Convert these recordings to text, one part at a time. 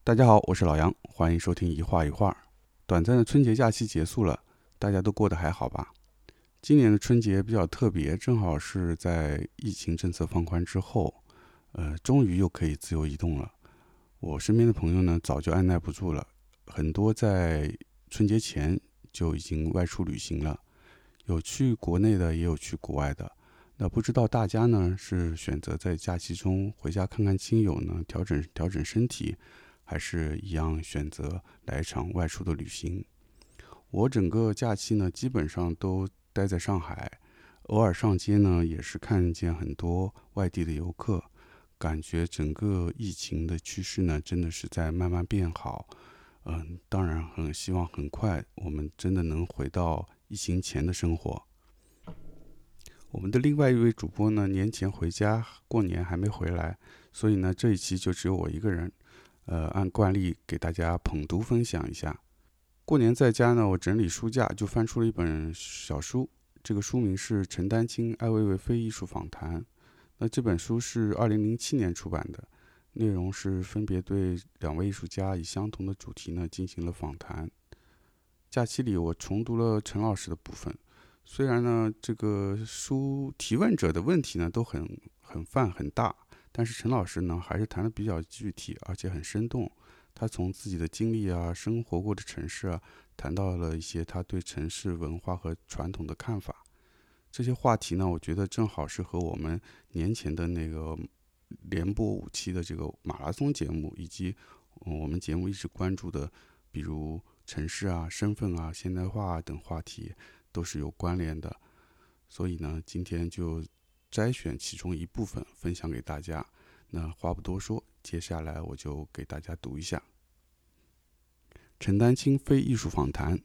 大家好，我是老杨，欢迎收听一画一画。短暂的春节假期结束了，大家都过得还好吧？今年的春节比较特别，正好是在疫情政策放宽之后，终于又可以自由移动了。我身边的朋友呢，早就按耐不住了，很多在春节前就已经外出旅行了，有去国内的，也有去国外的。那不知道大家呢，是选择在假期中回家看看亲友呢，调整身体，还是一样选择来一场外出的旅行？我整个假期呢，基本上都待在上海，偶尔上街呢，也是看见很多外地的游客，感觉整个疫情的趋势呢，真的是在慢慢变好。当然很希望很快我们真的能回到疫情前的生活。我们的另外一位主播呢，年前回家过年还没回来，所以呢，这一期就只有我一个人。按惯例给大家捧读分享一下。过年在家呢，我整理书架就翻出了一本小书，这个书名是陈丹青艾未未非艺术访谈。那这本书是2007年出版的，内容是分别对两位艺术家以相同的主题呢进行了访谈。假期里我重读了陈老师的部分，虽然呢这个书提问者的问题呢都很泛很大，但是陈老师呢还是谈得比较具体，而且很生动。他从自己的经历啊，生活过的城市啊，谈到了一些他对城市文化和传统的看法。这些话题呢，我觉得正好是和我们年前的那个连播5期的这个马拉松节目，以及我们节目一直关注的，比如城市啊、身份啊、现代化啊等话题，都是有关联的。所以呢，今天就摘选其中一部分分享给大家。那话不多说，接下来我就给大家读一下陈丹青非艺术访谈。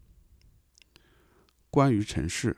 关于城市，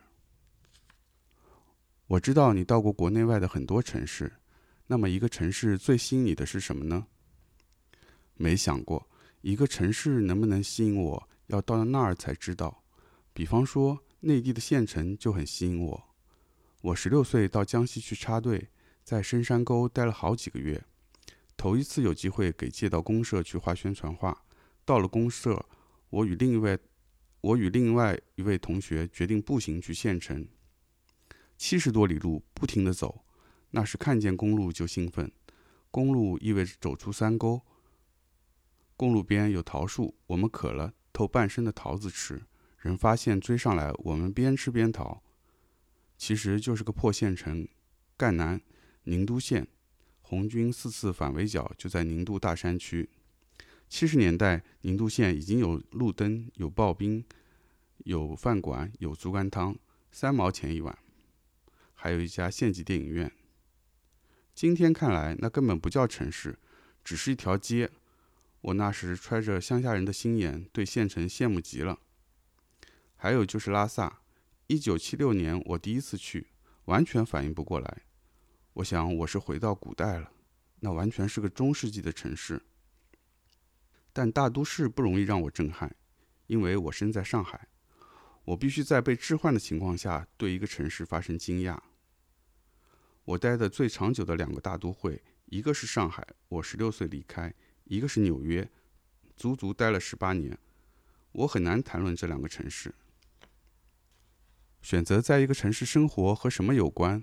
我知道你到过国内外的很多城市，那么一个城市最吸引你的是什么呢？没想过，一个城市能不能吸引我，要到了那儿才知道。比方说，内地的县城就很吸引我。我16岁到江西去插队，在深山沟待了好几个月。头一次有机会给街道公社去画宣传画，到了公社，我与另外一位同学决定步行去县城，70多里路不停地走。那时看见公路就兴奋，公路意味着走出山沟。公路边有桃树，我们渴了，偷半生的桃子吃，人发现追上来，我们边吃边逃。其实就是个破县城，赣南宁都县，红军4次反围剿就在宁都大山区。70年代，宁都县已经有路灯、有刨冰、有饭馆、有竹竿汤，3毛钱一碗，还有一家县级电影院。今天看来，那根本不叫城市，只是一条街。我那时揣着乡下人的心眼，对县城羡慕极了。还有就是拉萨，1976年我第一次去，完全反应不过来。我想我是回到古代了，那完全是个中世纪的城市。但大都市不容易让我震撼，因为我身在上海，我必须在被置换的情况下对一个城市发生惊讶。我待的最长久的2个大都会，一个是上海，我16岁离开，一个是纽约，足足待了18年。我很难谈论这2个城市。选择在一个城市生活和什么有关？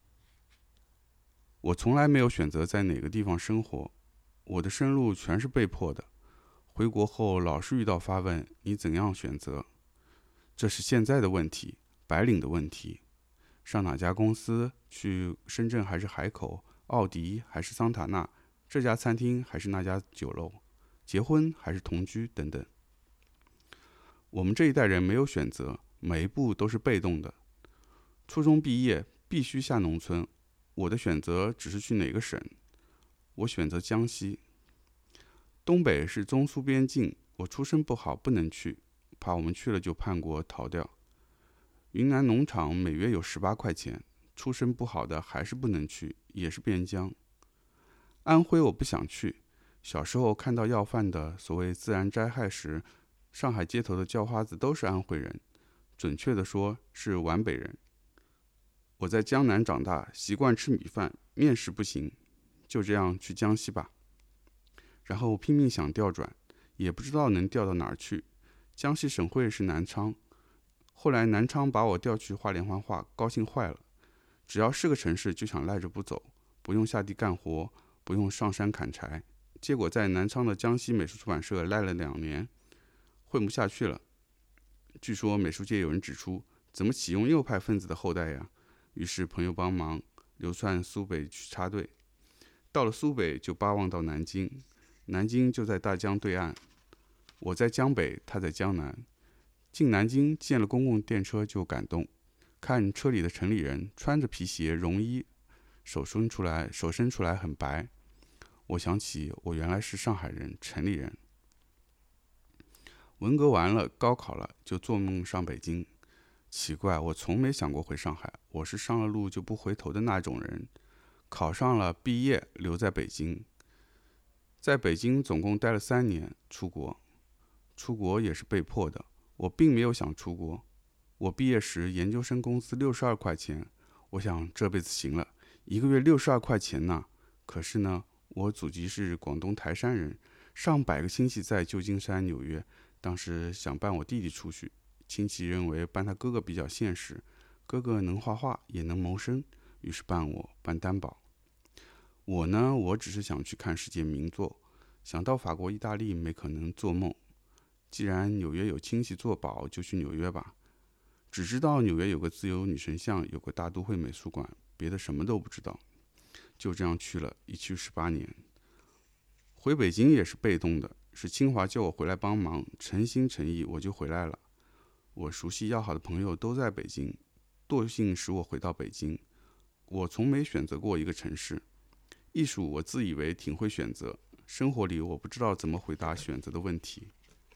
我从来没有选择在哪个地方生活，我的生路全是被迫的。回国后老是遇到发问，你怎样选择？这是现在的问题，白领的问题。上哪家公司？去深圳还是海口？奥迪还是桑塔纳？这家餐厅还是那家酒楼？结婚还是同居？等等。我们这一代人没有选择，每一步都是被动的。初中毕业必须下农村，我的选择只是去哪个省。我选择江西。东北是中苏边境，我出身不好，不能去，怕我们去了就叛国逃掉。云南农场每月有18块钱，出身不好的还是不能去，也是边疆。安徽我不想去，小时候看到要饭的所谓自然灾害时，上海街头的叫花子都是安徽人，准确地说是皖北人。我在江南长大，习惯吃米饭，面食不行，就这样去江西吧。 然后拼命想调转，也不知道能调到哪儿去。江西省会是南昌，后来南昌把我调去画连环画，高兴坏了。只要是个城市，就想赖着不走，不用下地干活，不用上山砍柴。结果在南昌的江西美术出版社赖了2年，混不下去了。据说美术界有人指出，怎么启用右派分子的后代呀？于是朋友帮忙流窜苏北去插队。到了苏北就巴望到南京，南京就在大江对岸，我在江北，他在江南。进南京见了公共电车就感动，看车里的城里人穿着皮鞋绒衣，手伸出来很白。我想起我原来是上海人，城里人。文革完了，高考了，就做梦上北京。奇怪，我从没想过回上海，我是上了路就不回头的那种人。考上了，毕业留在北京，在北京总共待了3年，出国也是被迫的。我并没有想出国。我毕业时研究生工资62块钱，我想这辈子行了，1个月62块钱呢。可是呢，我祖籍是广东台山人，上百个亲戚在旧金山、纽约。当时想办我弟弟出去，亲戚认为办他哥哥比较现实，哥哥能画画也能谋生，于是办担保。我呢，我只是想去看世界名作，想到法国、意大利没可能做梦。既然纽约有亲戚做保，就去纽约吧。只知道纽约有个自由女神像，有个大都会美术馆，别的什么都不知道。就这样去了，一去18年。回北京也是被动的，是清华叫我回来帮忙，诚心诚意我就回来了。我熟悉要好的朋友都在北京，惰性使我回到北京。我从没选择过一个城市，艺术我自以为挺会选择，生活里我不知道怎么回答选择的问题。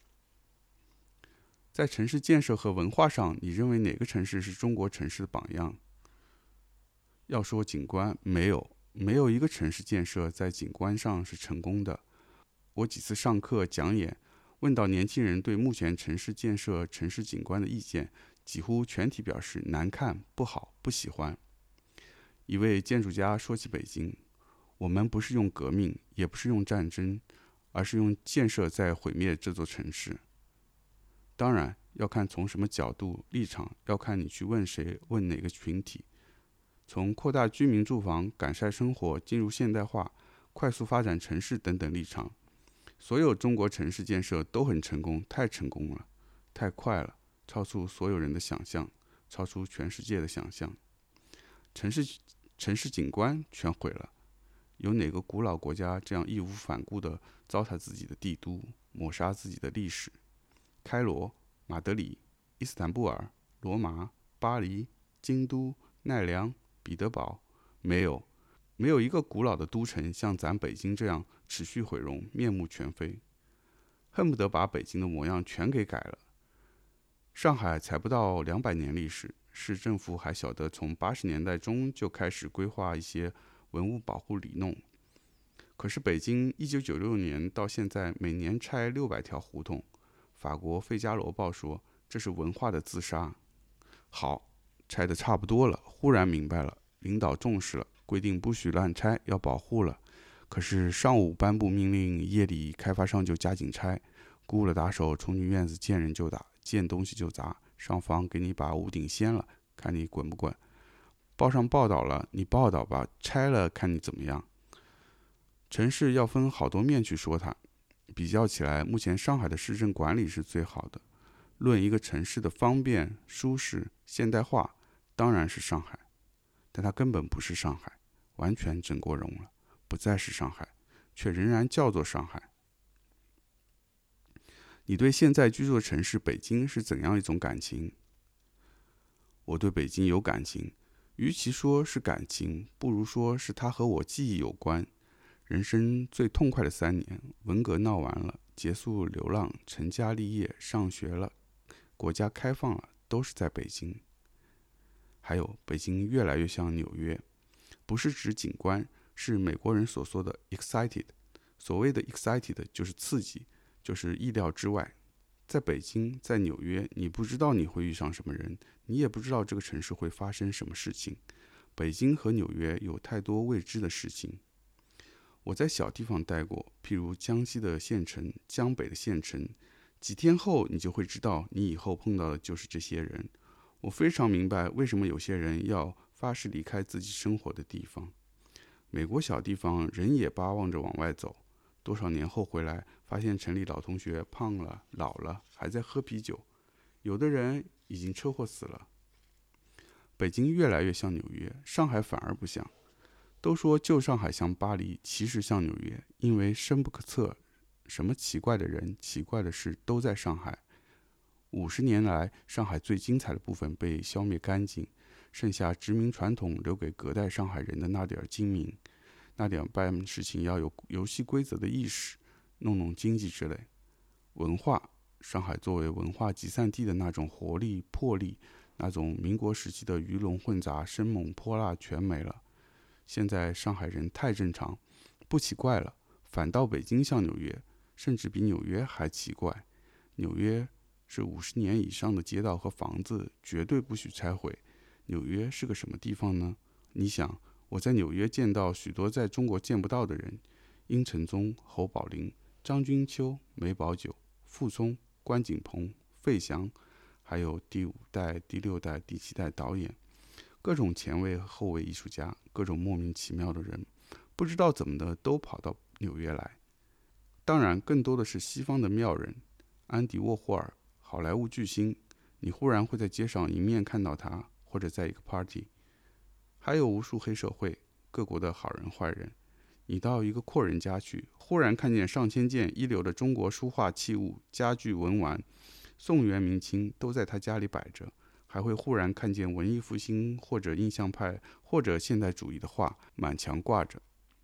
在城市建设和文化上，你认为哪个城市是中国城市的榜样？要说景观，没有一个城市建设在景观上是成功的。我几次上课讲演，问到年轻人对目前城市建设、城市景观的意见，几乎全体表示难看、不好、不喜欢。一位建筑家说起北京，我们不是用革命，也不是用战争，而是用建设在毁灭这座城市。当然要看从什么角度立场，要看你去问谁，问哪个群体。从扩大居民住房、改善生活、进入现代化、快速发展城市等等立场，所有中国城市建设都很成功，太成功了，太快了，超出所有人的想象，超出全世界的想象。城市景观全毁了，有哪个古老国家这样义无反顾地糟蹋自己的帝都，抹杀自己的历史？开罗、马德里、伊斯坦布尔、罗马、巴黎、京都、奈良、彼得堡，没有一个古老的都城像咱北京这样持续毁容，面目全非，恨不得把北京的模样全给改了。上海才不到200年历史，市政府还晓得从80年代中就开始规划一些文物保护里弄。可是北京1996年到现在每年拆600条胡同，法国《费加罗报》说这是文化的自杀。好，拆得差不多了，忽然明白了，领导重视了，规定不许乱拆，要保护了。可是上午颁布命令，夜里开发商就加紧拆，雇了打手冲进院子，见人就打，见东西就砸，上房给你把屋顶掀了，看你滚不滚。报上报道了，你报道吧，拆了看你怎么样。城市要分好多面去说它，比较起来，目前上海的市政管理是最好的。论一个城市的方便、舒适、现代化，当然是上海，但它根本不是上海，完全整过容了，不再是上海，却仍然叫做上海。你对现在居住的城市北京是怎样一种感情？我对北京有感情，与其说是感情，不如说是它和我记忆有关。人生最痛快的3年，文革闹完了，结束流浪，成家立业，上学了，国家开放了，都是在北京。还有，北京越来越像纽约，不是指景观，是美国人所说的 excited。所谓的 excited 就是刺激，就是意料之外。在北京，在纽约，你不知道你会遇上什么人，你也不知道这个城市会发生什么事情。北京和纽约有太多未知的事情。 我在小地方待过，譬如江西的县城、江北的县城，几天后你就会知道，你以后碰到的就是这些人。我非常明白为什么有些人要发誓离开自己生活的地方。美国小地方人也巴望着往外走，多少年后回来，发现城里老同学胖了、老了，还在喝啤酒，有的人已经车祸死了。北京越来越像纽约，上海反而不像。都说旧上海像巴黎，其实像纽约，因为深不可测，什么奇怪的人、奇怪的事都在上海。50年来，上海最精彩的部分被消灭干净，剩下殖民传统留给隔代上海人的那点精明，那点办事情要有游戏规则的意识，弄弄经济之类。文化，上海作为文化集散地的那种活力、魄力，那种民国时期的鱼龙混杂、生猛泼辣全没了。现在上海人太正常，不奇怪了，反倒北京像纽约，甚至比纽约还奇怪。纽约是50年以上的街道和房子，绝对不许拆毁。纽约是个什么地方呢？你想，我在纽约见到许多在中国见不到的人：殷承宗、侯宝林、张君秋、梅葆玖、傅聪、关锦鹏、费翔，还有第5代、第6代、第7代导演。各种前卫和后卫艺术家，各种莫名其妙的人，不知道怎么的都跑到纽约来。当然，更多的是西方的妙人，安迪沃霍尔，好莱坞巨星，你忽然会在街上迎面看到他，或者在一个 party。还有无数黑社会，各国的好人坏人。你到一个阔人家去，忽然看见上千件一流的中国书画器物、家具文玩，宋元明清都在他家里摆着。还会忽然看见文艺复兴或者印象派或者现代主义的画满墙挂着。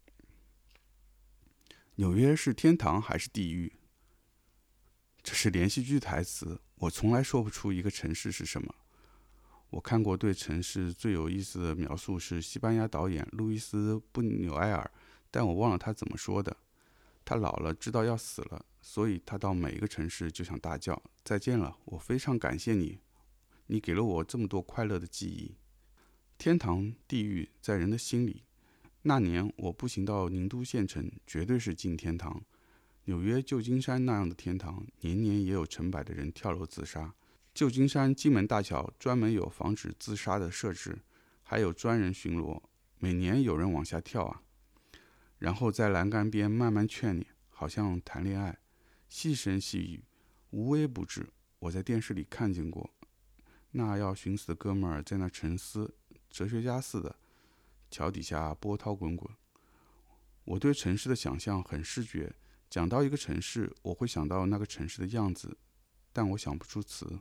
纽约是天堂还是地狱？这是连续剧台词，我从来说不出一个城市是什么。我看过对城市最有意思的描述是西班牙导演路易斯·布纽埃尔，但我忘了他怎么说的。他老了，知道要死了，所以他到每一个城市就想大叫：再见了，我非常感谢你。你给了我这么多快乐的记忆。天堂、地狱在人的心里。那年我步行到宁都县城，绝对是进天堂。纽约、旧金山那样的天堂，年年也有成百的人跳楼自杀。旧金山金门大桥专门有防止自杀的设置，还有专人巡逻，每年有人往下跳啊。然后在栏杆边慢慢劝你，好像谈恋爱，细声细语，无微不至。我在电视里看见过。那要寻死的哥们儿在那沉思，哲学家似的，桥底下波涛滚滚。我对城市的想象很视觉，讲到一个城市，我会想到那个城市的样子，但我想不出词。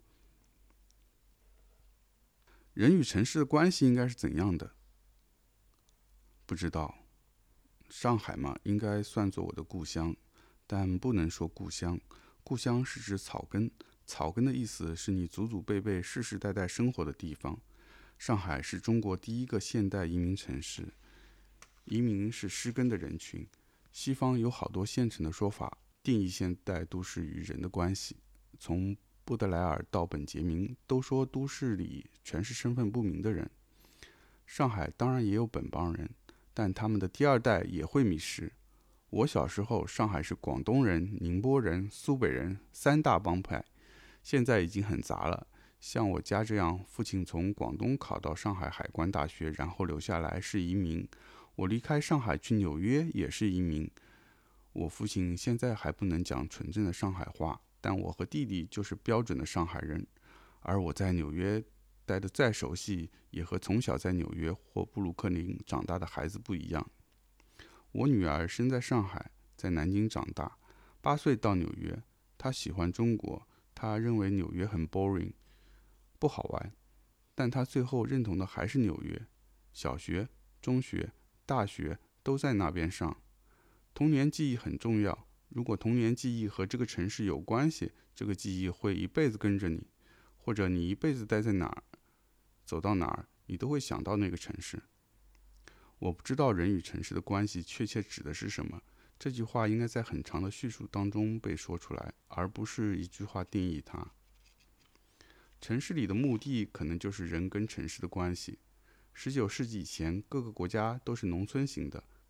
人与城市的关系应该是怎样的？不知道。上海嘛，应该算作我的故乡，但不能说故乡。故乡是指草根，草根的意思是你祖祖辈辈世世代代生活的地方。上海是中国第一个现代移民城市，移民是失根的人群。西方有好多现成的说法，定义现代都市与人的关系。从布德莱尔到本杰明，都说都市里全是身份不明的人。上海当然也有本帮人，但他们的第2代也会迷失。我小时候，上海是广东人、宁波人、苏北人3大帮派，现在已经很杂了。像我家这样，父亲从广东考到上海海关大学，然后留下来是移民。我离开上海去纽约也是移民。我父亲现在还不能讲纯正的上海话，但我和弟弟就是标准的上海人。而我在纽约待得再熟悉，也和从小在纽约或布鲁克林长大的孩子不一样。我女儿生在上海，在南京长大，8岁到纽约。她喜欢中国，她认为纽约很 boring， 不好玩，但她最后认同的还是纽约。小学、中学、大学都在那边上。童年记忆很重要，如果童年记忆和这个城市有关系，这个记忆会一辈子跟着你，或者你一辈子待在哪儿，走到哪儿，你都会想到那个城市。我不知道人与城市的关系确切指的是什么，这句话应该在很长的叙述当中被说出来，而不是一句话定义它。城市里的目的可能就是人跟城市的关系。19世纪以前，各个国家都是农村型的，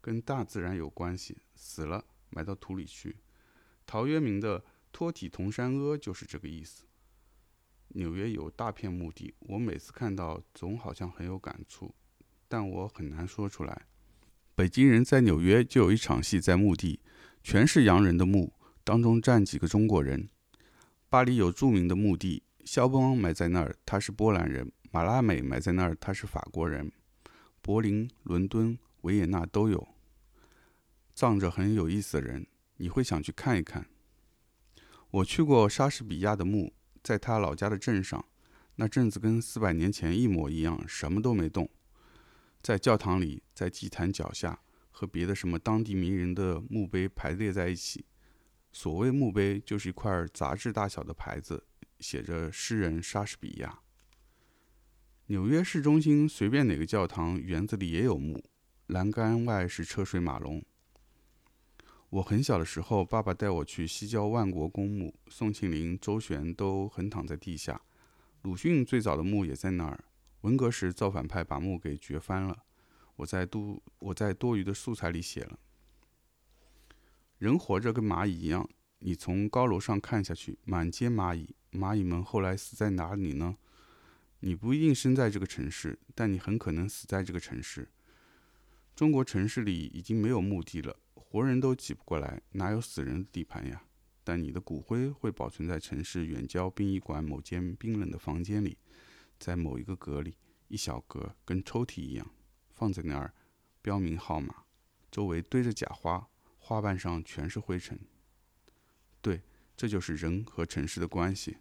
跟大自然有关系，死了埋到土里去。陶渊明的脱体同山阿就是这个意思。纽约有大片墓地，我每次看到总好像很有感触，但我很难说出来。北京人在纽约就有一场戏在墓地，全是洋人的墓，当中站几个中国人。巴黎有著名的墓地，肖邦埋在那儿，他是波兰人；马拉美埋在那儿，他是法国人。柏林、伦敦、维也纳都有，葬着很有意思的人，你会想去看一看。我去过莎士比亚的墓，在他老家的镇上，那镇子跟400年前一模一样，什么都没动。在教堂里，在祭坛脚下，和别的什么当地名人的墓碑排列在一起。所谓墓碑，就是一块杂志大小的牌子，写着诗人莎士比亚。纽约市中心随便哪个教堂园子里也有墓，栏杆外是车水马龙。我很小的时候，爸爸带我去西郊万国公墓，宋庆龄、周璇都横躺在地下，鲁迅最早的墓也在那儿。文革时造反派把墓给掘翻了，我在多余的素材里写了。人活着跟蚂蚁一样，你从高楼上看下去，满街蚂蚁，蚂蚁们后来死在哪里呢？你不一定生在这个城市，但你很可能死在这个城市。中国城市里已经没有墓地了，活人都挤不过来，哪有死人的地盘呀？但你的骨灰会保存在城市远郊殡仪馆某间冰冷的房间里，在某一个格里，一小格跟抽屉一样，放在那儿，标明号码，周围堆着假花，花瓣上全是灰尘。对，这就是人和城市的关系。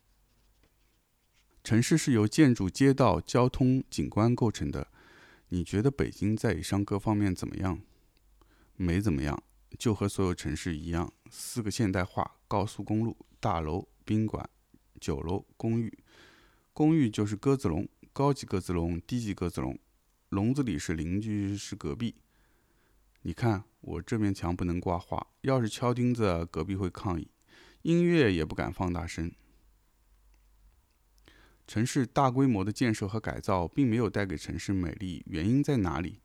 城市是由建筑、街道、交通、景观构成的。你觉得北京在以上各方面怎么样？没怎么样，就和所有城市一样，4个现代化：高速公路、大楼、宾馆、酒楼、公寓。公寓就是鸽子笼，高级鸽子笼、低级鸽子笼，笼子里是邻居，是隔壁。你看，我这面墙不能挂画，要是敲钉子，隔壁会抗议。音乐也不敢放大声。城市大规模的建设和改造并没有带给城市美丽，原因在哪里？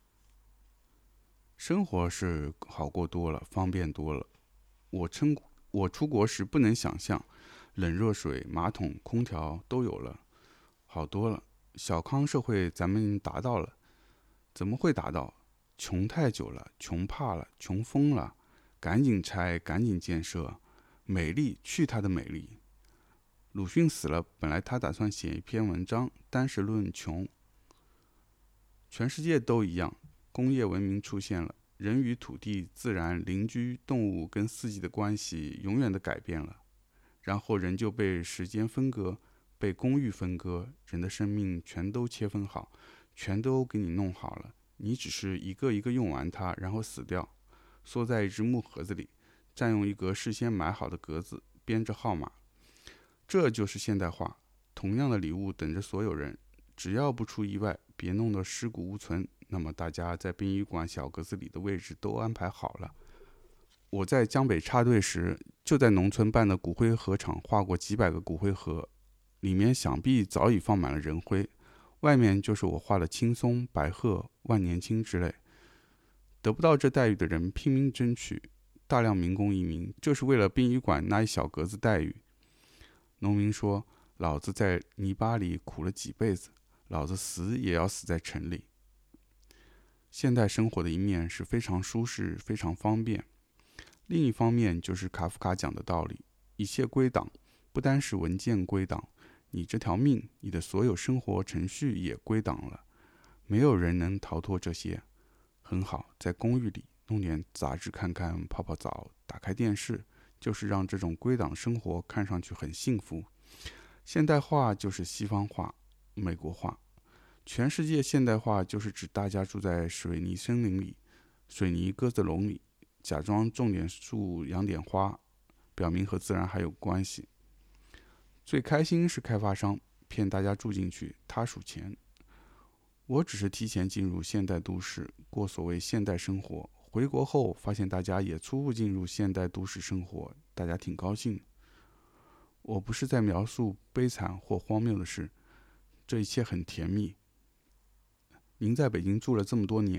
生活是好过多了，方便多了。我出国时不能想象，冷热水、马桶、空调都有了，好多了。小康社会咱们达到了，怎么会达到？穷太久了，穷怕了，穷疯了，赶紧拆，赶紧建设，美丽去它的美丽！鲁迅死了，本来他打算写一篇文章，单是论穷。全世界都一样，工业文明出现了，人与土地、自然、邻居、动物跟四季的关系永远的改变了，然后人就被时间分割，被公寓分割，人的生命全都切分好，全都给你弄好了，你只是一个一个用完它，然后死掉，缩在一只木盒子里，占用一格事先买好的格子，编着号码。这就是现代化，同样的礼物等着所有人，只要不出意外，别弄得尸骨无存，那么大家在殡仪馆小格子里的位置都安排好了。我在江北插队时，就在农村办的骨灰盒厂画过几百个骨灰盒，里面想必早已放满了人灰，外面就是我画的青松、白鹤、万年青之类。得不到这待遇的人拼命争取，大量民工移民，就是为了殡仪馆那一小格子待遇。农民说，老子在泥巴里苦了几辈子，老子死也要死在城里。现代生活的一面是非常舒适，非常方便，另一方面就是卡夫卡讲的道理，一切归档，不单是文件归档，你这条命，你的所有生活程序也归档了，没有人能逃脱这些。很好，在公寓里弄点杂志看看，泡泡澡，打开电视，就是让这种归档生活看上去很幸福。现代化就是西方化、美国化，全世界现代化就是指大家住在水泥森林里、水泥鸽子笼里，假装种点树、养点花，表明和自然还有关系。最开心是开发商骗大家住进去，他数钱。我只是提前进入现代都市，过所谓现代生活。回国后发现大家也初步进入现代都市生活，大家挺高兴。我不是在描述悲惨或荒谬的事，这一切很甜蜜。您在北京住了这么多年，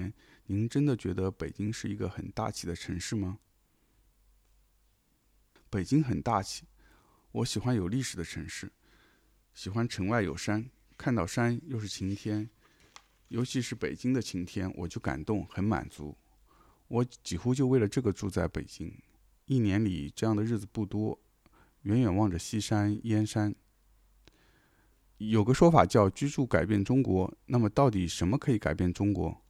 您真的觉得北京是一个很大气的城市吗？北京很大气，我喜欢有历史的城市，喜欢城外有山，看到山又是晴天，尤其是北京的晴天，我就感动，很满足。我几乎就为了这个住在北京，一年里这样的日子不多，远远望着西山燕山。有个说法叫居住改变中国，那么到底什么可以改变中国？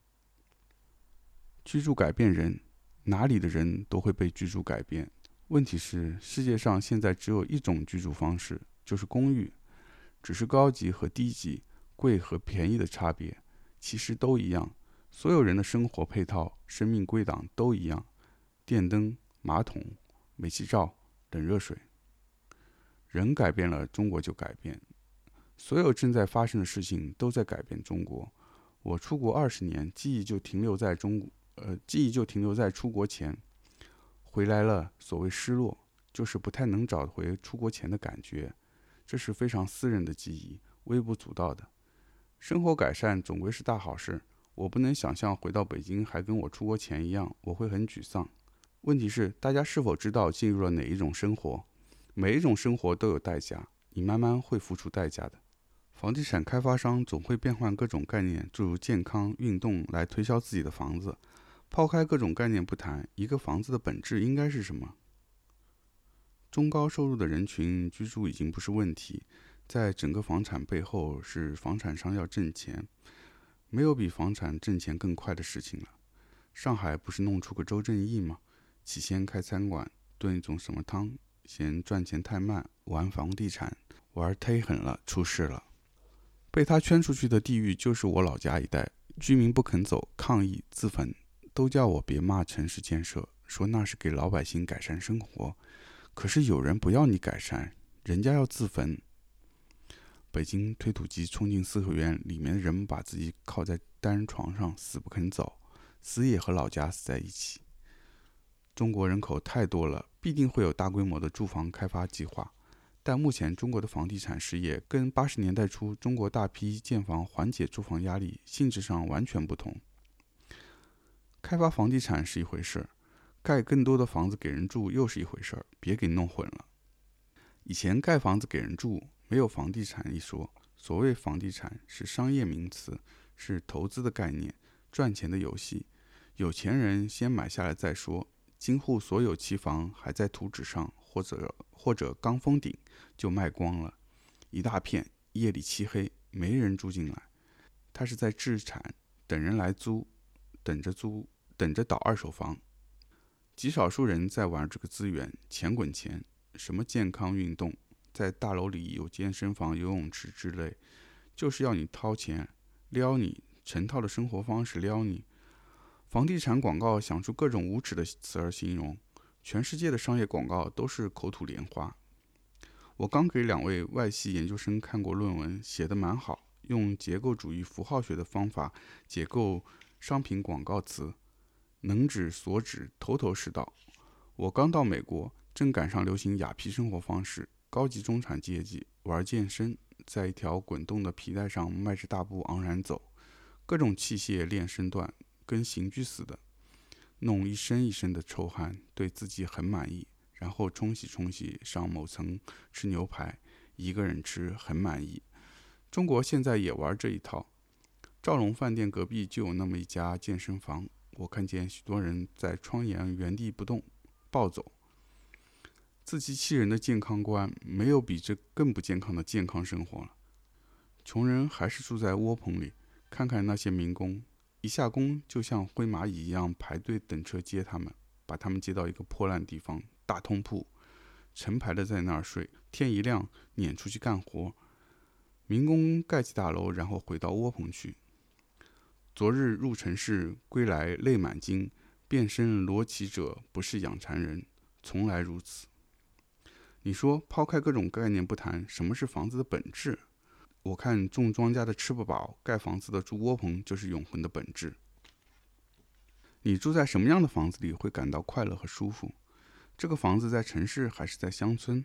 居住改变人，哪里的人都会被居住改变。问题是，世界上现在只有一种居住方式，就是公寓，只是高级和低级、贵和便宜的差别，其实都一样。所有人的生活配套、生命归档都一样：电灯、马桶、煤气灶、冷热水。人改变了，中国就改变。所有正在发生的事情都在改变中国。我出国20年，记忆就停留在出国前。回来了，所谓失落，就是不太能找回出国前的感觉。这是非常私人的记忆，微不足道的。生活改善总归是大好事。我不能想象回到北京还跟我出国前一样，我会很沮丧。问题是，大家是否知道进入了哪一种生活？每一种生活都有代价，你慢慢会付出代价的。房地产开发商总会变换各种概念，诸如健康、运动来推销自己的房子。抛开各种概念不谈，一个房子的本质应该是什么？中高收入的人群居住已经不是问题，在整个房产背后是房产商要挣钱，没有比房产挣钱更快的事情了。上海不是弄出个周正义吗？起先开餐馆，炖一种什么汤，嫌赚钱太慢，玩房地产，玩忒狠了，出事了。被他圈出去的地狱就是我老家一带，居民不肯走，抗议自焚，都叫我别骂城市建设，说那是给老百姓改善生活。可是有人不要你改善，人家要自焚。北京推土机冲进四合院，里面的人们把自己靠在单人床上，死不肯走，死也和老家死在一起。中国人口太多了，必定会有大规模的住房开发计划。但目前中国的房地产事业跟80年代初中国大批建房缓解住房压力性质上完全不同。开发房地产是一回事，盖更多的房子给人住又是一回事，别给弄混了。以前盖房子给人住，没有房地产一说。所谓房地产是商业名词，是投资的概念，赚钱的游戏。有钱人先买下来再说，今后所有期房还在图纸上，或者刚封顶就卖光了，一大片，夜里漆黑，没人住进来。他是在置产，等人来租，等着倒二手房。极少数人在玩这个资源，钱滚钱。什么健康运动，在大楼里有健身房、游泳池之类，就是要你掏钱，撩你，成套的生活方式撩你。房地产广告想出各种无耻的词儿形容，全世界的商业广告都是口吐莲花。我刚给2位外系研究生看过论文，写得蛮好，用结构主义符号学的方法解构商品广告词，能指所指，头头是道。我刚到美国，正赶上流行雅痞生活方式，高级中产阶级玩健身，在一条滚动的皮带上迈着大步昂然走，各种器械练身段，跟刑具似的，弄一身一身的臭汗，对自己很满意，然后冲洗上某层吃牛排，一个人吃很满意。中国现在也玩这一套，兆龙饭店隔壁就有那么一家健身房，我看见许多人在窗沿原地不动，暴走。自欺欺人的健康观，没有比这更不健康的健康生活了。穷人还是住在窝棚里，看看那些民工，一下工就像灰蚂蚁一样排队等车接他们，把他们接到一个破烂地方，大通铺，成排的在那儿睡，天一亮撵出去干活。民工盖起大楼，然后回到窝棚去。昨日入城市，归来泪满襟，变身罗绮者不是养蚕人，从来如此。你说抛开各种概念不谈，什么是房子的本质？我看种庄稼的吃不饱，盖房子的住窝棚就是永恒的本质。你住在什么样的房子里会感到快乐和舒服？这个房子在城市还是在乡村？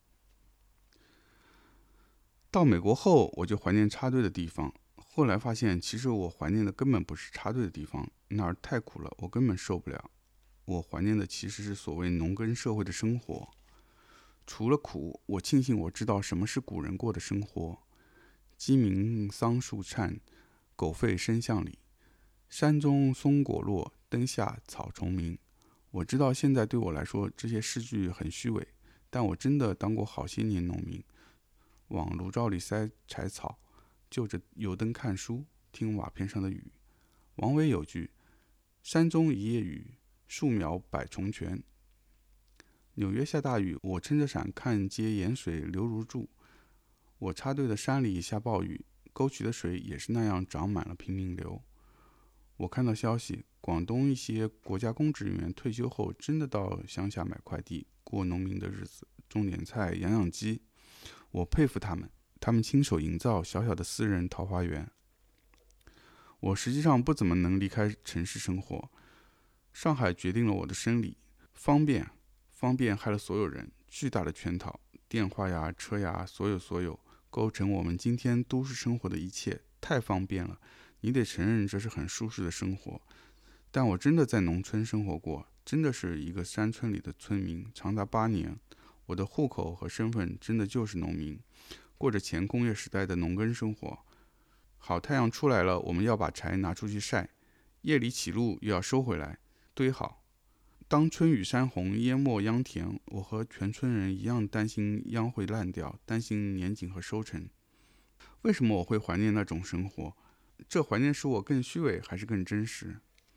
到美国后，我就怀念插队的地方。后来发现，其实我怀念的根本不是插队的地方， 那儿太苦了，我根本受不了。我怀念的其实是所谓农耕社会的生活。除了苦，我庆幸我知道什么是古人过的生活。鸡鸣桑树颤，狗吠声巷里。山中松果落，灯下草虫鸣。我知道现在对我来说这些诗句很虚伪，但我真的当过好些年农民，往炉灶里塞柴草，就着油灯看书，听瓦片上的雨。王维有句：山中一夜雨，树苗百重泉。纽约下大雨，我撑着伞看街盐水流如注。我插队的山里下暴雨，沟渠的水也是那样长满了拼命流。我看到消息，广东一些国家公职人员退休后真的到乡下买块地，过农民的日子，种点菜，养养鸡。我佩服他们，他们亲手营造小小的私人桃花源。我实际上不怎么能离开城市生活。上海决定了我的生理，方便害了所有人，巨大的圈套，电话呀、车呀，所有，构成我们今天都市生活的一切，太方便了。你得承认这是很舒适的生活。但我真的在农村生活过，真的是一个山村里的村民，长达8年。我的户口和身份真的就是农民，过着前工业时代的农耕生活。好太阳出来了，我们要把柴拿出去晒，夜里起路又要收回来，堆好。当春雨山洪淹没秧田，我和全村人一样担心秧会烂掉，担心年景和收成。为什么我会怀念那种生活？这怀念使我更虚伪还是更真实？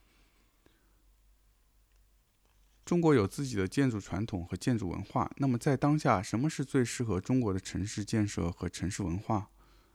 中国有自己的建筑传统和建筑文化，那么在当下，什么是最适合中国的城市建设和城市文化？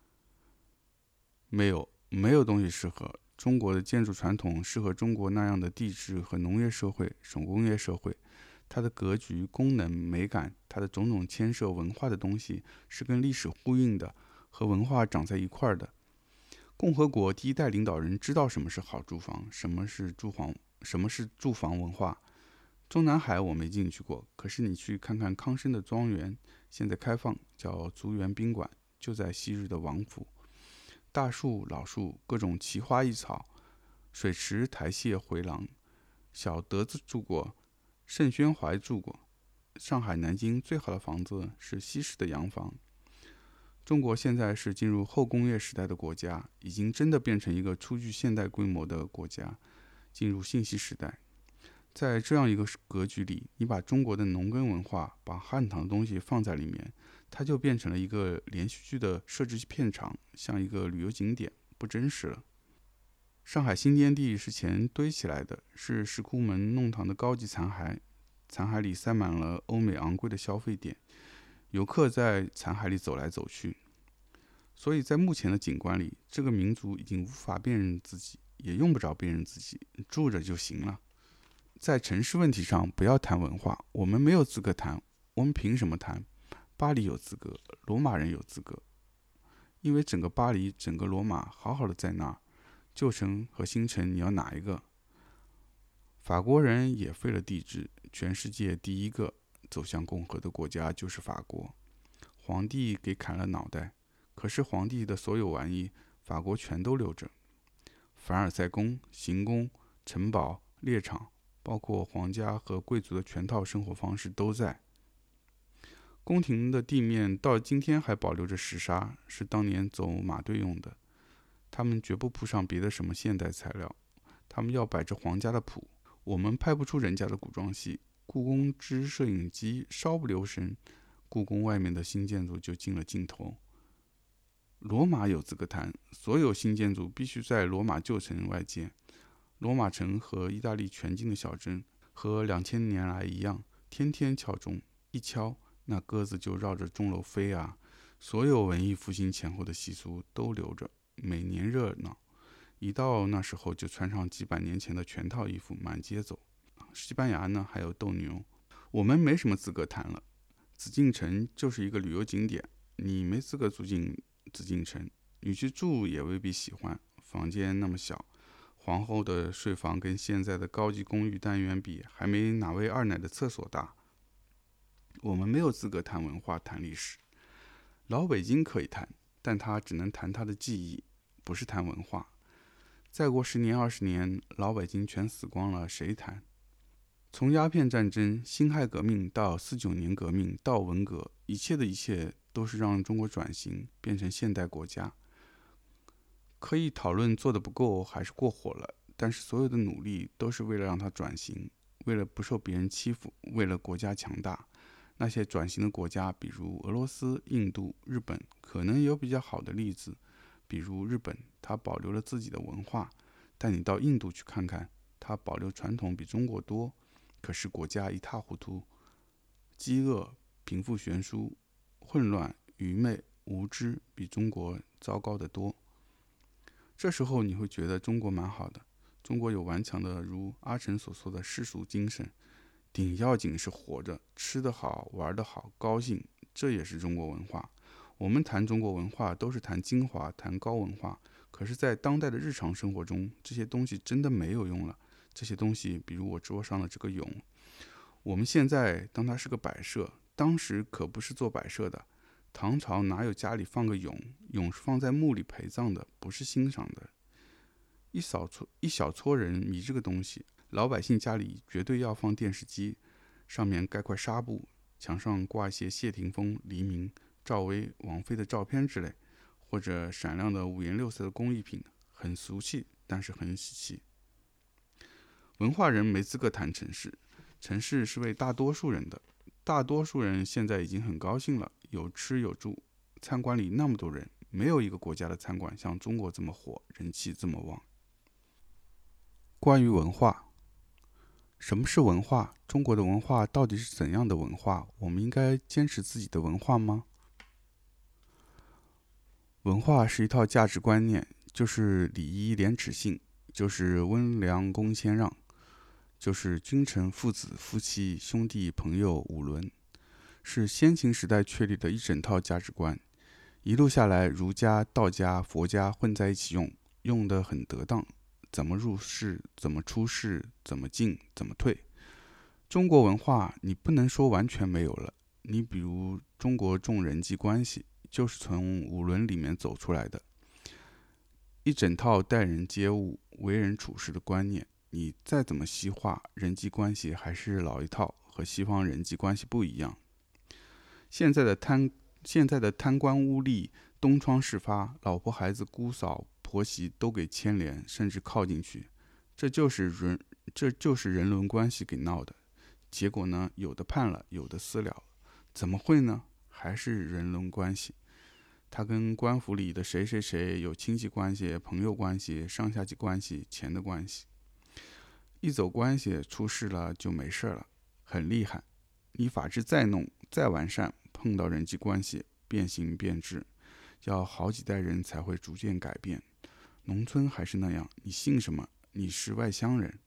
没有东西适合。中国的建筑传统适合中国那样的地质和农业社会、手工业社会。它的格局、功能、美感，它的种种牵涉文化的东西是跟历史呼应的，和文化长在一块儿的。共和国第一代领导人知道什么是好住房，什么是住房文化。中南海我没进去过，可是你去看看康生的庄园，现在开放，叫竹园宾馆，就在昔日的王府。大树、老树，各种奇花异草，水池、台榭、回廊。小德子住过，盛宣怀住过。上海、南京最好的房子是西式的洋房。中国现在是进入后工业时代的国家，已经真的变成一个初具现代规模的国家，进入信息时代。在这样一个格局里，你把中国的农耕文化，把汉唐的东西放在里面，它就变成了一个连续剧的设置片场，像一个旅游景点，不真实了。上海新天地是钱堆起来的，是石库门弄堂的高级残骸，残骸里塞满了欧美昂贵的消费点，游客在残骸里走来走去。所以在目前的景观里，这个民族已经无法辨认自己，也用不着辨认自己，住着就行了。在城市问题上，不要谈文化，我们没有资格谈，我们凭什么谈？巴黎有资格，罗马人有资格，因为整个巴黎、整个罗马好好的在那儿，旧城和新城你要哪一个？法国人也废了帝制，全世界第一个走向共和的国家就是法国。皇帝给砍了脑袋，可是皇帝的所有玩意，法国全都留着。凡尔赛宫、行宫、城堡、猎场，包括皇家和贵族的全套生活方式都在。宫廷的地面到今天还保留着石沙，是当年走马队用的。他们绝不铺上别的什么现代材料，他们要摆着皇家的谱。我们拍不出人家的古装戏，故宫之摄影机稍不留神，故宫外面的新建筑就进了镜头。罗马有资格谈，所有新建筑必须在罗马旧城外建。罗马城和意大利全境的小镇和2000年来一样，天天敲钟，一敲那鸽子就绕着钟楼飞啊。所有文艺复兴前后的习俗都留着，每年热闹，一到那时候就穿上几百年前的全套衣服满街走。西班牙呢还有斗牛。我们没什么资格谈了，紫禁城就是一个旅游景点，你没资格住进紫禁城，你去住也未必喜欢，房间那么小，皇后的睡房跟现在的高级公寓单元比，还没哪位二奶的厕所大。我们没有资格谈文化谈历史。老北京可以谈，但他只能谈他的记忆，不是谈文化。 再过10年20年，老百姓全死光了，谁谈？从鸦片战争、辛亥革命到49年革命到文革，一切的一切都是让中国转型变成现代国家。可以讨论做得不够还是过火了，但是所有的努力都是为了让它转型，为了不受别人欺负，为了国家强大。那些转型的国家，比如俄罗斯、印度、日本，可能有比较好的例子。比如日本，它保留了自己的文化，但你到印度去看看，它保留传统比中国多，可是国家一塌糊涂，饥饿、贫富悬殊、混乱、愚昧、无知，比中国糟糕得多。这时候你会觉得中国蛮好的，中国有顽强的如阿成所说的世俗精神，顶要紧是活着，吃得好，玩得好，高兴，这也是中国文化。我们谈中国文化都是谈精华，谈高文化，可是在当代的日常生活中，这些东西真的没有用了。这些东西比如我桌上的这个俑，我们现在当它是个摆设，当时可不是做摆设的。唐朝哪有家里放个俑？俑是放在墓里陪葬的，不是欣赏的。一小撮人迷这个东西，老百姓家里绝对要放电视机，上面盖块纱布，墙上挂一些谢霆锋、黎明、赵薇、王菲的照片之类，或者闪亮的五颜六色的工艺品，很俗气，但是很喜气。文化人没资格谈城市，城市是为大多数人的，大多数人现在已经很高兴了，有吃有住，餐馆里那么多人，没有一个国家的餐馆像中国这么火，人气这么旺。关于文化，什么是文化？中国的文化到底是怎样的文化？我们应该坚持自己的文化吗？文化是一套价值观念，就是礼义廉耻信，就是温良恭谦让，就是君臣父子夫妻兄弟朋友五伦，是先秦时代确立的一整套价值观，一路下来，儒家、道家、佛家混在一起用，用得很得当。怎么入世，怎么出世，怎么进，怎么退。中国文化你不能说完全没有了，你比如中国重人际关系，就是从五伦里面走出来的，一整套待人接物、为人处事的观念。你再怎么西化，人际关系还是老一套，和西方人际关系不一样。现在的贪官污吏东窗事发，老婆孩子姑嫂婆媳都给牵连，甚至靠进去，这就是人伦关系给闹的。结果呢，有的判了，有的私了，怎么会呢？还是人伦关系。他跟官府里的谁谁谁有亲戚关系、朋友关系、上下级关系、钱的关系。一走关系出事了就没事了，很厉害。你法制再弄再完善，碰到人际关系变形变质，要好几代人才会逐渐改变。农村还是那样，你姓什么？你是外乡人。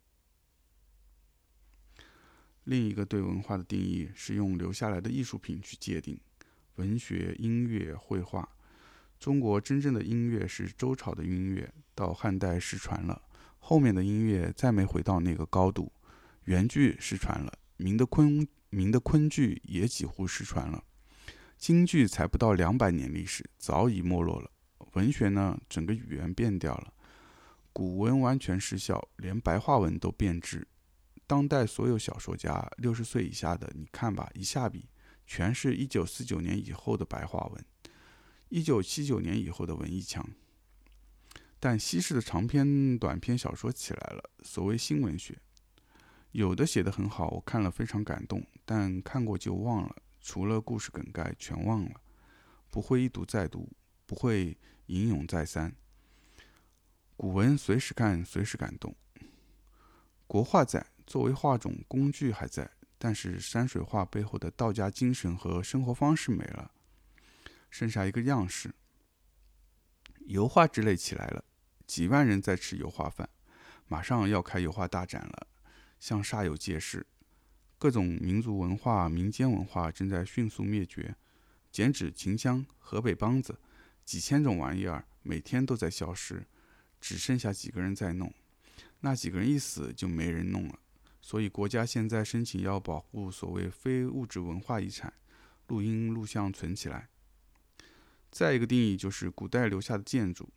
另一个对文化的定义是用留下来的艺术品去界定，文学、音乐、绘画。中国真正的音乐是周朝的音乐，到汉代失传了，后面的音乐再没回到那个高度。原剧失传了，明的昆剧也几乎失传了，京剧才不到200年历史，早已没落了。文学呢，整个语言变掉了，古文完全失效，连白话文都变质。当代所有小说家60岁以下的，你看吧，一下笔全是1949年以后的白话文，1979年以后的文艺腔。但西式的长篇短篇小说起来了，所谓新文学，有的写得很好，我看了非常感动，但看过就忘了，除了故事梗概全忘了，不会一读再读，不会引用再三。古文随时看随时感动。国画在，作为画种工具还在，但是山水画背后的道家精神和生活方式没了，剩下一个样式。油画之类起来了，几万人在吃油画饭，马上要开油画大展了，像煞有介事。各种民族文化、民间文化正在迅速灭绝，剪纸、秦腔、河北梆子，几千种玩意儿每天都在消失，只剩下几个人在弄。那几个人一死就没人弄了，所以国家现在申请要保护所谓非物质文化遗产，录音录像存起来。再一个定义就是古代留下的建筑，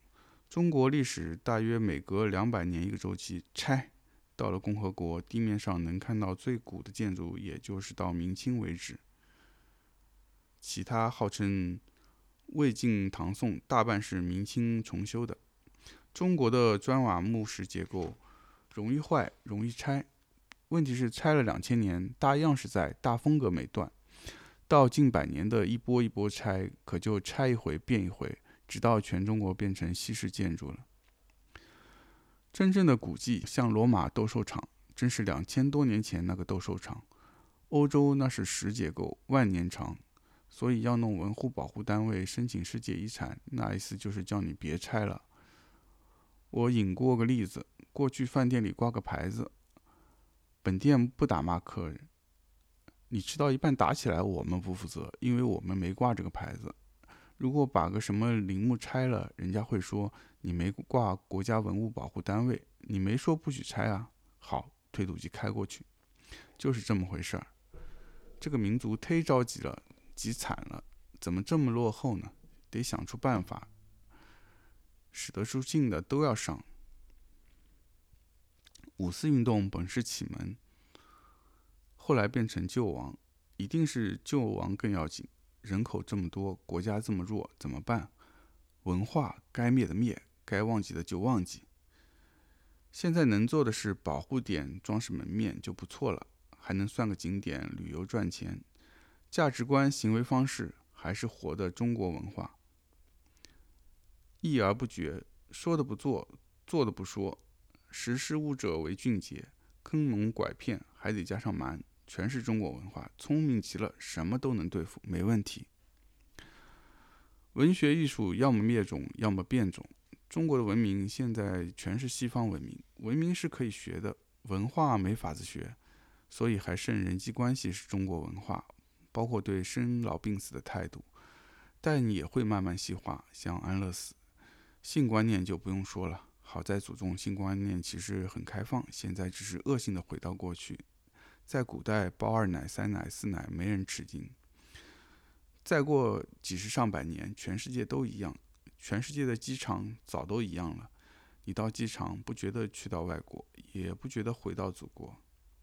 中国历史大约每隔200年一个周期拆。到了共和国，地面上能看到最古的建筑，也就是到明清为止。其他号称魏晋唐宋，大半是明清重修的。中国的砖瓦木石结构容易坏，容易拆。问题是拆了2000年，大样式在，大风格没断。到近100年的一波一波拆，可就拆一回变一回，直到全中国变成西式建筑了。真正的古迹像罗马斗兽场，真是2000多年前那个斗兽场。欧洲那是石结构，万年长，所以要弄文物保护单位申请世界遗产，那意思就是叫你别拆了。我引过个例子，过去饭店里挂个牌子，本店不打骂客人，你吃到一半打起来我们不负责，因为我们没挂这个牌子。如果把个什么陵墓拆了，人家会说你没挂国家文物保护单位，你没说不许拆啊。好，推土机开过去，就是这么回事儿。这个民族忒着急了，急惨了，怎么这么落后呢？得想出办法，使得出劲的都要上。5·4运动本是启蒙，后来变成救亡，一定是救亡更要紧。人口这么多，国家这么弱，怎么办？文化该灭的灭，该忘记的就忘记。现在能做的是保护点装饰门面就不错了，还能算个景点旅游赚钱。价值观行为方式还是活的中国文化。议而不决，说的不做，做的不说，识时务者为俊杰，坑蒙拐骗还得加上瞒，全是中国文化，聪明极了，什么都能对付，没问题。文学艺术要么灭种，要么变种。中国的文明现在全是西方文明，文明是可以学的，文化没法子学，所以还剩人际关系是中国文化，包括对生老病死的态度，但也会慢慢细化，像安乐死。性观念就不用说了，好在祖宗性观念其实很开放，现在只是恶性的回到过去。在古代包2奶、3奶、4奶没人吃惊，再过几十上百年，全世界都一样，全世界的机场早都一样了。你到机场不觉得去到外国，也不觉得回到祖国。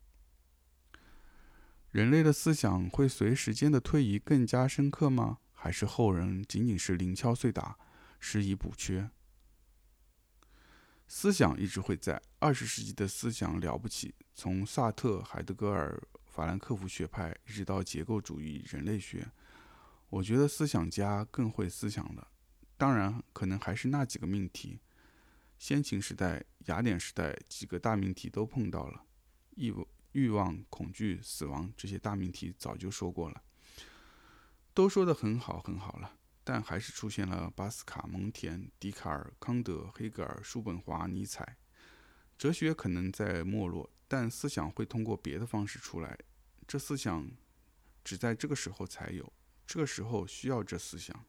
人类的思想会随时间的推移更加深刻吗？还是后人仅仅是零敲碎打，施以补缺？思想一直会在，20世纪的思想了不起，从萨特、海德格尔、法兰克福学派一直到结构主义、人类学，我觉得思想家更会思想了。当然，可能还是那几个命题。先秦时代、雅典时代几个大命题都碰到了，欲望、恐惧、死亡这些大命题早就说过了，都说得很好很好了，但还是出现了巴斯卡、蒙田、笛卡尔、康德、黑格尔、叔本华、尼采。哲学可能在没落，但思想会通过别的方式出来，这思想只在这个时候才有，这个时候需要这思想。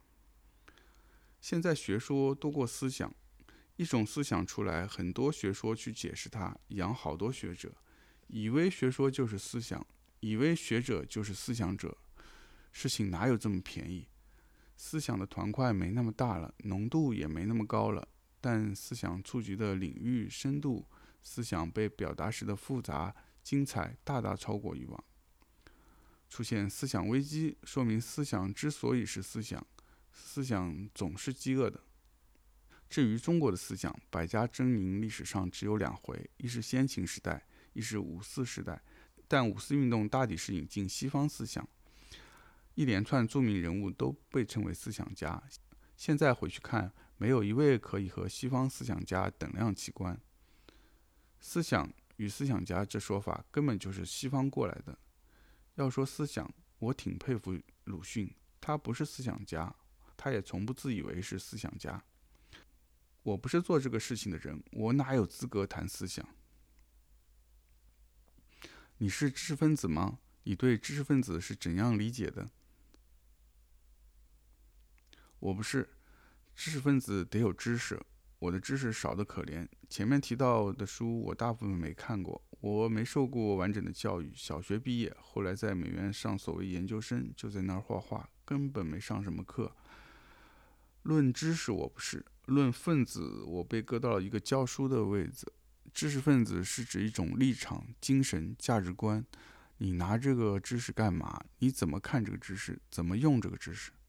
现在学说多过思想，一种思想出来，很多学说去解释它，养好多学者，以为学说就是思想，以为学者就是思想者。事情哪有这么便宜？思想的团块没那么大了，浓度也没那么高了，但思想触及的领域深度，思想被表达时的复杂精彩大大超过以往。出现思想危机，说明思想之所以是思想，思想总是饥饿的。至于中国的思想，百家争鸣历史上只有2回，一是先秦时代，一是5·4时代。但5·4运动大抵是引进西方思想，一连串著名人物都被称为思想家。现在回去看，没有一位可以和西方思想家等量齐观。思想与思想家这说法根本就是西方过来的。要说思想，我挺佩服鲁迅，他不是思想家，他也从不自以为是思想家。我不是做这个事情的人，我哪有资格谈思想？你是知识分子吗？你对知识分子是怎样理解的？我不是。知识分子得有知识，我的知识少得可怜。前面提到的书我大部分没看过，我没受过完整的教育，小学毕业，后来在美院上所谓研究生，就在那儿画画，根本没上什么课。 论知识我不是，论分子我被搁到了一个教书的位子。知识分子是指一种立场、精神、价值观。你拿这个知识干嘛？你怎么看这个知识？怎么用这个知识？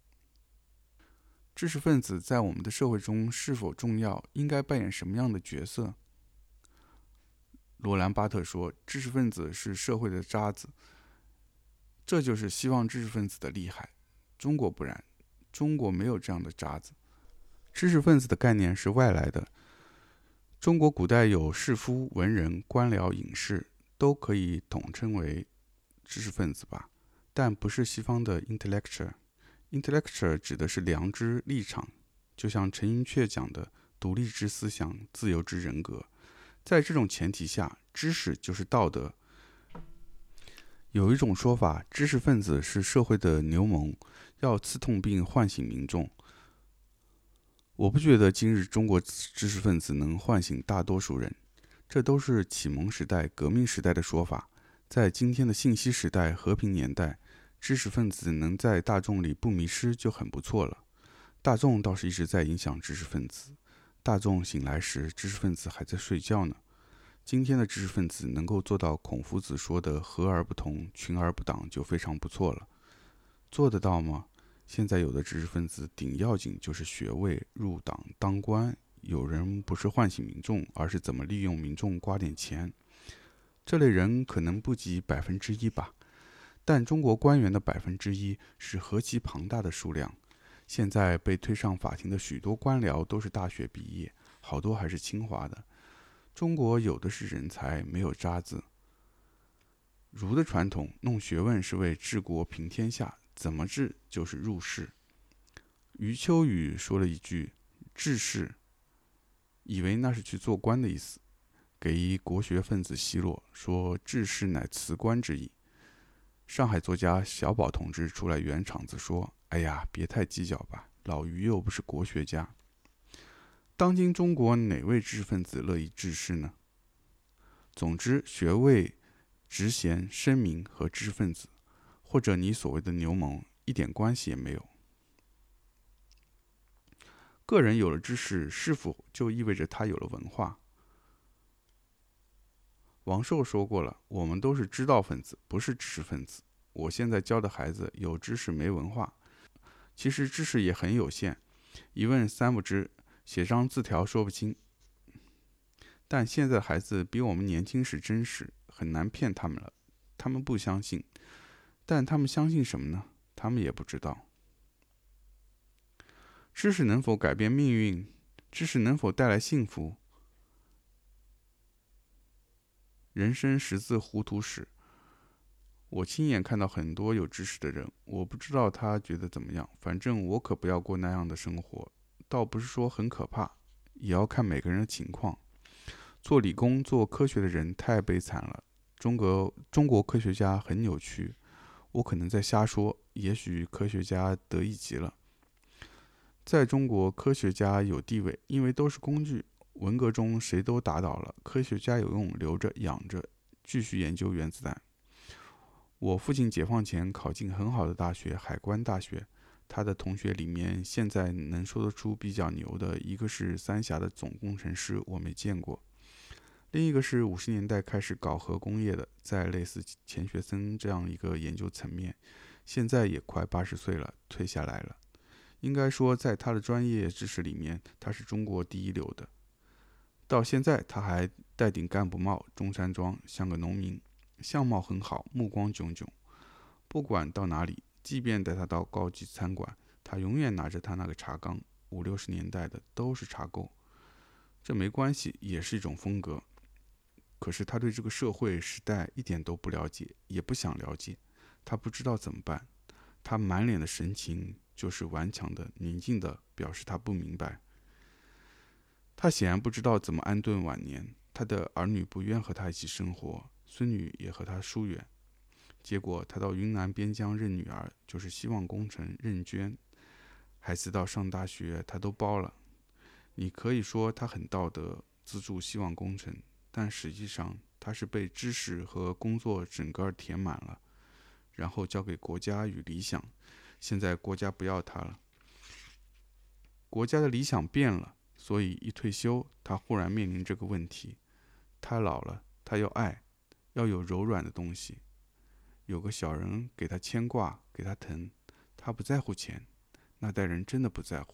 知识分子在我们的社会中是否重要？应该扮演什么样的角色？罗兰·巴特说，知识分子是社会的渣子，这就是希望知识分子的厉害。中国不然，中国没有这样的渣子。知识分子的概念是外来的。中国古代有士夫、文人、官僚、隐士，都可以统称为知识分子吧，但不是西方的 intellectual。intellectual 指的是良知、立场，就像陈寅恪讲的独立之思想，自由之人格。在这种前提下，知识就是道德。有一种说法，知识分子是社会的牛虻，要刺痛并唤醒民众。我不觉得今日中国知识分子能唤醒大多数人，这都是启蒙时代、革命时代的说法。在今天的信息时代、和平年代，知识分子能在大众里不迷失就很不错了。大众倒是一直在影响知识分子，大众醒来时，知识分子还在睡觉呢。今天的知识分子能够做到孔夫子说的和而不同，群而不党就非常不错了。做得到吗？现在有的知识分子顶要紧就是学位、入党、当官，有人不是唤醒民众，而是怎么利用民众刮点钱。这类人可能不及1%吧，但中国官员的1%是何其庞大的数量。现在被推上法庭的许多官僚都是大学毕业，好多还是清华的。中国有的是人才，没有渣子。儒的传统，弄学问是为治国平天下，怎么治就是入世。余秋雨说了一句治世，以为那是去做官的意思，给一国学分子奚落，说治世乃辞官之意。上海作家小宝同志出来圆场子说，哎呀，别太计较吧，老余又不是国学家。当今中国哪位知识分子乐意治世呢？总之，学位、职衔、声名和知识分子，或者你所谓的牛虻，一点关系也没有。个人有了知识，是否就意味着他有了文化？王朔说过了，我们都是知道分子，不是知识分子。我现在教的孩子有知识没文化，其实知识也很有限，一问三不知，写张字条说不清。但现在孩子比我们年轻时真实，很难骗他们了。他们不相信，但他们相信什么呢？他们也不知道。知识能否改变命运？知识能否带来幸福？人生十字糊涂史，我亲眼看到很多有知识的人，我不知道他觉得怎么样，反正我可不要过那样的生活。倒不是说很可怕，也要看每个人的情况。做理工、做科学的人太悲惨了。中国科学家很扭曲，我可能在瞎说，也许科学家得意极了。在中国，科学家有地位，因为都是工具。文革中谁都打倒了，科学家有用，留着养着，继续研究原子弹。我父亲解放前考进很好的大学，海关大学。他的同学里面，现在能说得出比较牛的，一个是三峡的总工程师，我没见过；另一个是50年代开始搞核工业的，在类似钱学森这样一个研究层面，现在也快80岁了，退下来了。应该说，在他的专业知识里面，他是中国第一流的。到现在，他还戴顶干部帽，中山装，像个农民，相貌很好，目光炯炯。不管到哪里，即便带他到高级餐馆，他永远拿着他那个茶缸，50、60年代的都是茶垢。这没关系，也是一种风格。可是他对这个社会时代一点都不了解，也不想了解，他不知道怎么办。他满脸的神情就是顽强的、宁静的，表示他不明白。他显然不知道怎么安顿晚年，他的儿女不愿和他一起生活，孙女也和他疏远。结果他到云南边疆认女儿，就是希望工程认捐，孩子到上大学他都包了。你可以说他很道德，资助希望工程，但实际上他是被知识和工作整个填满了，然后交给国家与理想。现在国家不要他了。 国家的理想变了，所以一退休，他忽然面临这个问题。他老了，他要爱，要有柔软的东西，有个小人给他牵挂，给他疼。他不在乎钱，那代人真的不在乎。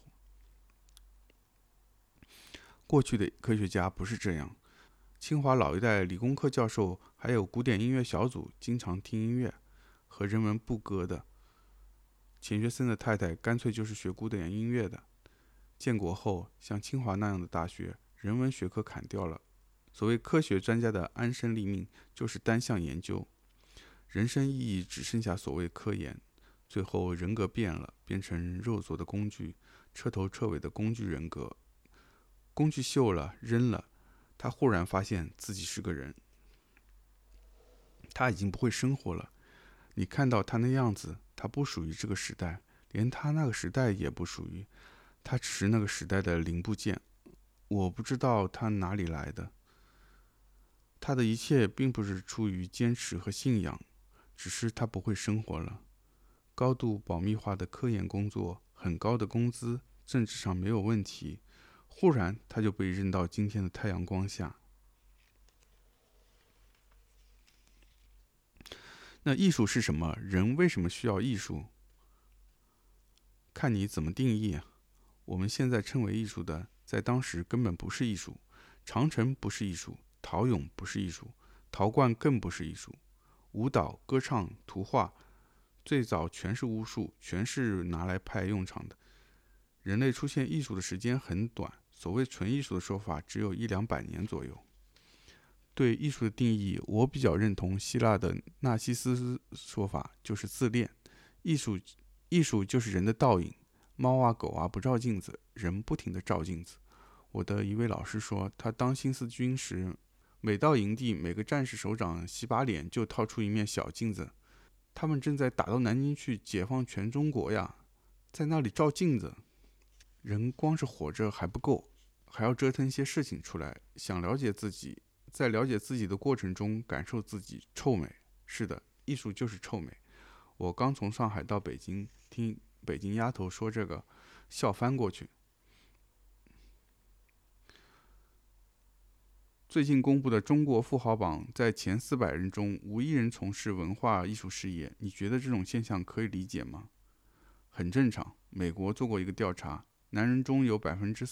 过去的科学家不是这样，清华老一代理工科教授还有古典音乐小组经常听音乐和人文不歌的。钱学森的太太干脆就是学古典音乐的。建国后，像清华那样的大学，人文学科砍掉了。所谓科学专家的安身立命，就是单项研究，人生意义只剩下所谓科研。最后人格变了，变成肉做的工具，彻头彻尾的工具人格。工具锈了，扔了，他忽然发现自己是个人。他已经不会生活了。你看到他那样子，他不属于这个时代，连他那个时代也不属于。他只是那个时代的零部件。我不知道他哪里来的。他的一切并不是出于坚持和信仰，只是他不会生活了。高度保密化的科研工作，很高的工资，政治上没有问题，忽然他就被扔到今天的太阳光下。那艺术是什么？人为什么需要艺术？看你怎么定义啊。我们现在称为艺术的，在当时根本不是艺术。长城不是艺术，陶俑不是艺术，陶罐更不是艺术。舞蹈、歌唱、图画，最早全是巫术，全是拿来派用场的。人类出现艺术的时间很短，所谓纯艺术的说法只有100-200年左右。对艺术的定义，我比较认同希腊的纳西斯说法，就是自恋。艺术就是人的倒影，猫啊狗啊不照镜子，人不停地照镜子。我的一位老师说，他当新四军时，每到营地，每个战士首长洗把脸就掏出一面小镜子。他们正在打到南京去解放全中国呀，在那里照镜子。人光是活着还不够，还要折腾一些事情出来，想了解自己，在了解自己的过程中感受自己臭美。是的，艺术就是臭美。我刚从上海到北京，听北京丫头说这个，笑翻过去。最近公布的中国富豪榜，在前400人中无一人从事文化艺术事业。你觉得这种现象可以理解吗？很正常。美国做过一个调查，男人中有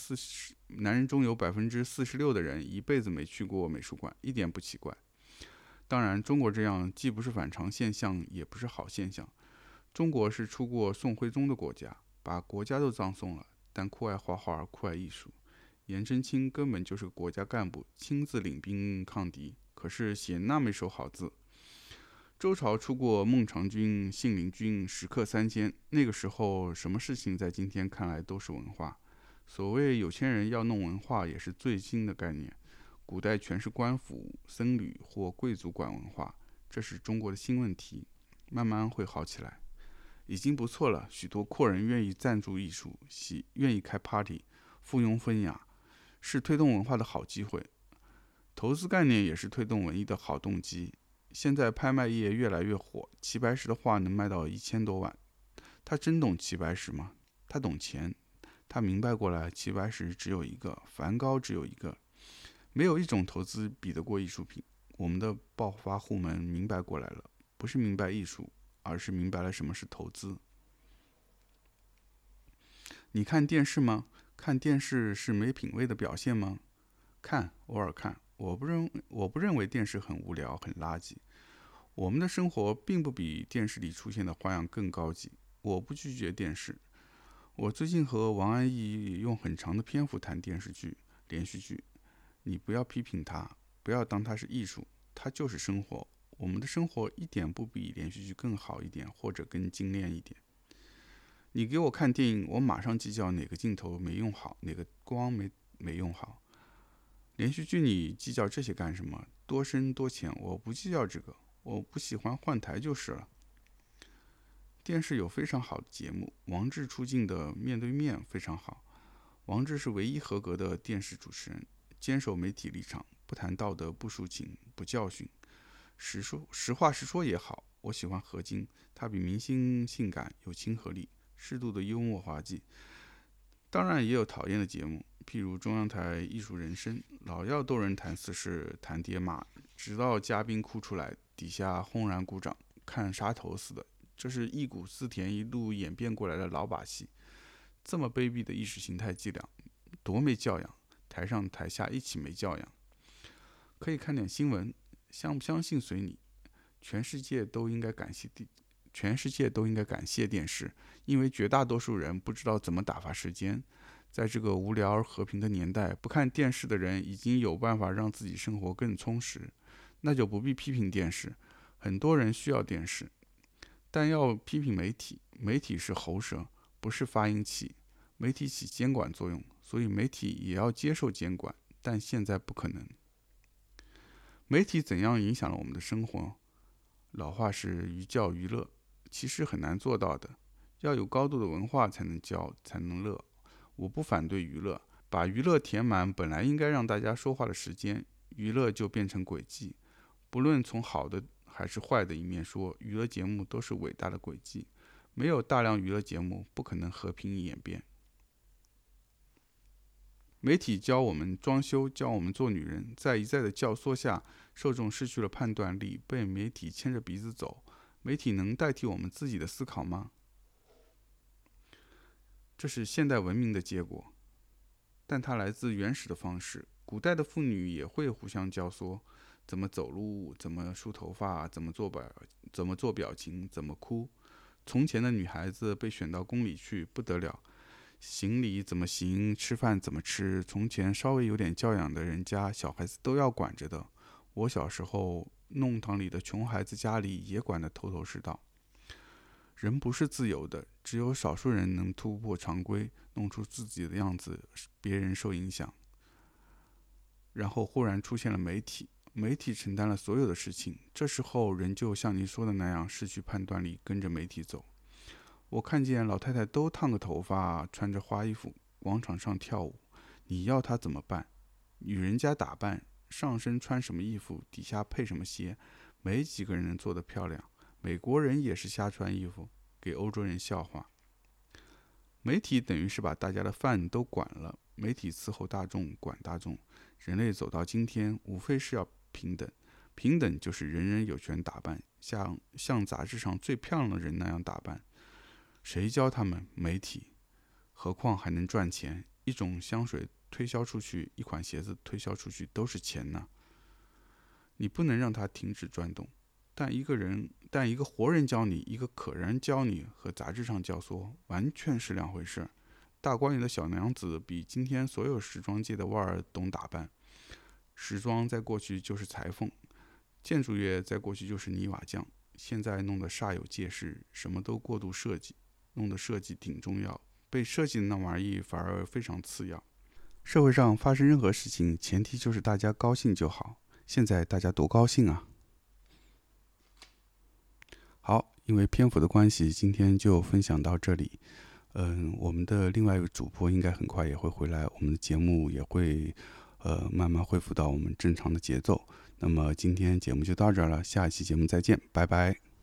46%的人一辈子没去过美术馆，一点不奇怪。当然，中国这样既不是反常现象，也不是好现象。中国是出过宋徽宗的国家，把国家都葬送了，但酷爱画画，酷爱艺术。颜真卿根本就是个国家干部，亲自领兵抗敌，可是写那么一手好字。周朝出过孟尝君、信陵君、石刻3千，那个时候什么事情在今天看来都是文化。所谓有钱人要弄文化，也是最新的概念。古代全是官府、僧侣或贵族管文化，这是中国的新问题，慢慢会好起来。已经不错了，许多阔人愿意赞助艺术，愿意开 party， 附庸风雅，是推动文化的好机会。投资概念也是推动文艺的好动机。现在拍卖业越来越火，齐白石的画能卖到1000多万。他真懂齐白石吗？他懂钱，他明白过来，齐白石只有一个，梵高只有一个，没有一种投资比得过艺术品。我们的暴发户们明白过来了，不是明白艺术，而是明白了什么是投资。你看电视吗？看电视是没品位的表现吗？看，偶尔看。我不认为电视很无聊、很垃圾。我们的生活并不比电视里出现的花样更高级。我不拒绝电视。我最近和王安忆用很长的篇幅谈电视剧、连续剧。你不要批评它，不要当它是艺术，它就是生活。我们的生活一点不比连续剧更好一点，或者更精炼一点。你给我看电影，我马上计较哪个镜头没用好，哪个光没用好。连续剧你计较这些干什么？多深多浅，我不计较这个，我不喜欢换台就是了。电视有非常好的节目，王志出镜的面对面非常好。王志是唯一合格的电视主持人，坚守媒体立场，不谈道德，不抒情，不教训。实话实说也好。我喜欢何晶，他比明星性感，有亲和力，适度的幽默滑稽。 当然也有讨厌的节目，譬如中央台艺术人生，老要逗人谈私事，谈爹妈，直到嘉宾哭出来，底下轰然鼓掌，看杀头似的。这是忆苦思甜一路演变过来的老把戏。这么卑鄙的意识形态伎俩，多没教养，台上台下一起没教养。可以看点新闻，相不相信随你。全世界都应该感谢电视，因为绝大多数人不知道怎么打发时间。在这个无聊而和平的年代，不看电视的人已经有办法让自己生活更充实，那就不必批评电视。很多人需要电视，但要批评媒体，媒体是喉舌，不是发音器，媒体起监管作用，所以媒体也要接受监管，但现在不可能。媒体怎样影响了我们的生活？老话是寓教于乐，其实很难做到的。要有高度的文化才能教，才能乐。我不反对娱乐，把娱乐填满本来应该让大家说话的时间，娱乐就变成轨迹。不论从好的还是坏的一面说，娱乐节目都是伟大的轨迹。没有大量娱乐节目，不可能和平演变。媒体教我们装修，教我们做女人，在一再的教唆下，受众失去了判断力，被媒体牵着鼻子走。媒体能代替我们自己的思考吗？这是现代文明的结果，但它来自原始的方式。古代的妇女也会互相教唆，怎么走路，怎么梳头发，怎么做表情，怎么哭。从前的女孩子被选到宫里去，不得了。行礼怎么行，吃饭怎么吃，从前稍微有点教养的人家，小孩子都要管着的。我小时候，弄堂里的穷孩子家里也管得头头是道。人不是自由的，只有少数人能突破常规，弄出自己的样子，别人受影响。然后忽然出现了媒体，媒体承担了所有的事情，这时候人就像你说的那样，失去判断力，跟着媒体走。我看见老太太都烫个头发，穿着花衣服，广场上跳舞，你要她怎么办？女人家打扮，上身穿什么衣服，底下配什么鞋，没几个人能做得漂亮。美国人也是瞎穿衣服，给欧洲人笑话。媒体等于是把大家的饭都管了，媒体伺候大众，管大众。人类走到今天，无非是要平等，平等就是人人有权打扮，像杂志上最漂亮的人那样打扮。谁教他们？媒体。何况还能赚钱，一种香水推销出去，一款鞋子推销出去，都是钱呢。你不能让它停止转动，但一个活人教你，一个可人教你，和杂志上教唆完全是两回事。大观园的小娘子比今天所有时装界的腕儿懂打扮。时装在过去就是裁缝，建筑业在过去就是泥瓦匠，现在弄得煞有介事，什么都过度设计，弄得设计挺重要，被设计的那玩意反而非常次要。社会上发生任何事情，前提就是大家高兴就好。现在大家多高兴啊！好，因为篇幅的关系，今天就分享到这里。我们的另外一个主播应该很快也会回来，我们的节目也会慢慢恢复到我们正常的节奏。那么今天节目就到这儿了，下一期节目再见，拜拜。